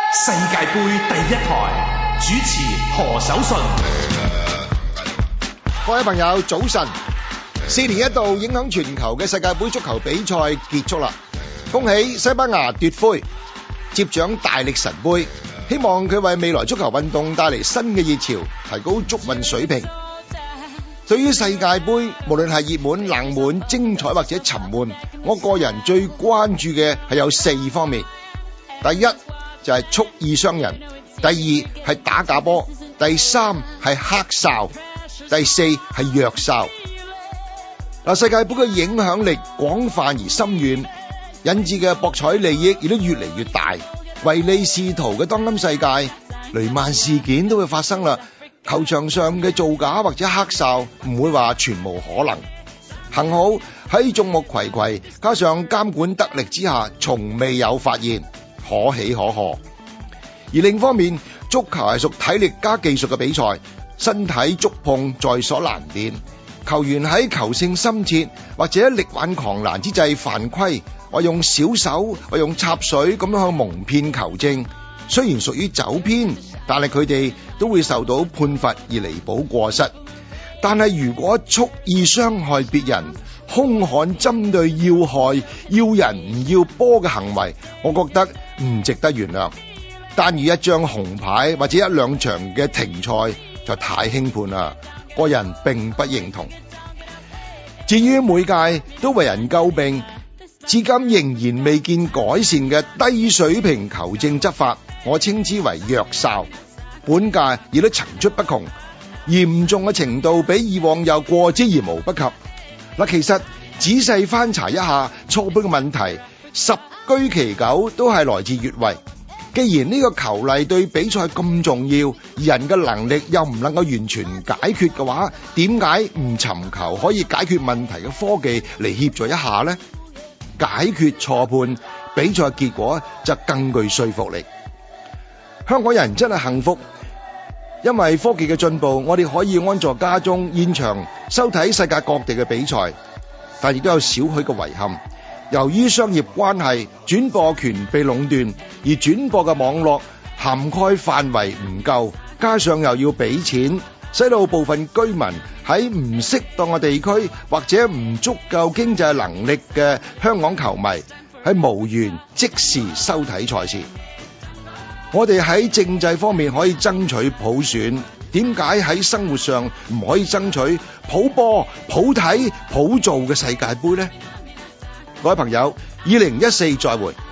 世界盃第一台主持何守信。 各位朋友早晨，4年一度影響全球嘅世界盃足球比賽結束啦，恭喜西班牙奪灰，接掌大力神杯，希望佢為未來足球運動帶嚟新嘅熱潮，提高足運水平。對於世界盃，無論係熱門、冷門、精彩或者沉悶，我個人最關注嘅係有4方面。第一就係蓄意傷人，第二係打假波，第三係黑哨，第四係弱哨。世界盃嘅影響力廣泛而深遠，引致嘅博彩利益亦都越嚟越大。唯利是圖嘅當今世界，雷曼事件都會發生啦。球場上嘅造假或者黑哨唔會話全無可能。幸好喺眾目睽睽加上監管得力之下，從未有發現，可喜可賀。而另一方面，足球係屬體力加技術嘅比賽，身體觸碰在所難免。球員喺球性深切或者力挽狂瀾之際犯規，或用小手或用插水咁樣去蒙騙球證，雖然屬於走偏，但係佢哋都會受到判罰而彌補過失。但係如果蓄意傷害別人、兇悍針對要害、要人唔要波嘅行為，我覺得唔值得原諒。單以一張紅牌或者一兩場嘅停賽就太輕判啦，個人並不認同。至於每屆都為人詬病，至今仍然未見改善嘅低水平球證執法，我稱之為弱哨。本屆亦都層出不窮，嚴重嘅程度比以往又過之而無不及。其實仔細翻查一下錯判嘅問題，十居其九都係來自越位。既然呢個球例對比賽咁重要，而人嘅能力又唔能夠完全解決嘅話，點解唔尋求可以解決問題嘅科技嚟協助一下呢？解決錯判，比賽結果就更具說服力。香港人真係幸福，因為科技嘅進步，我哋可以安坐家中現場收睇世界各地嘅比賽，但亦都有少許嘅遺憾。由於商業關係，轉播權被壟斷，而轉播嘅網絡涵蓋範圍唔夠，加上又要俾錢，使到部分居民喺唔適當嘅地區或者唔足夠經濟能力嘅香港球迷係無緣即時收睇賽事。我哋喺政制方面可以爭取普選，點解喺生活上唔可以爭取普播、普睇、普做嘅世界盃呢？各位朋友，2014再會。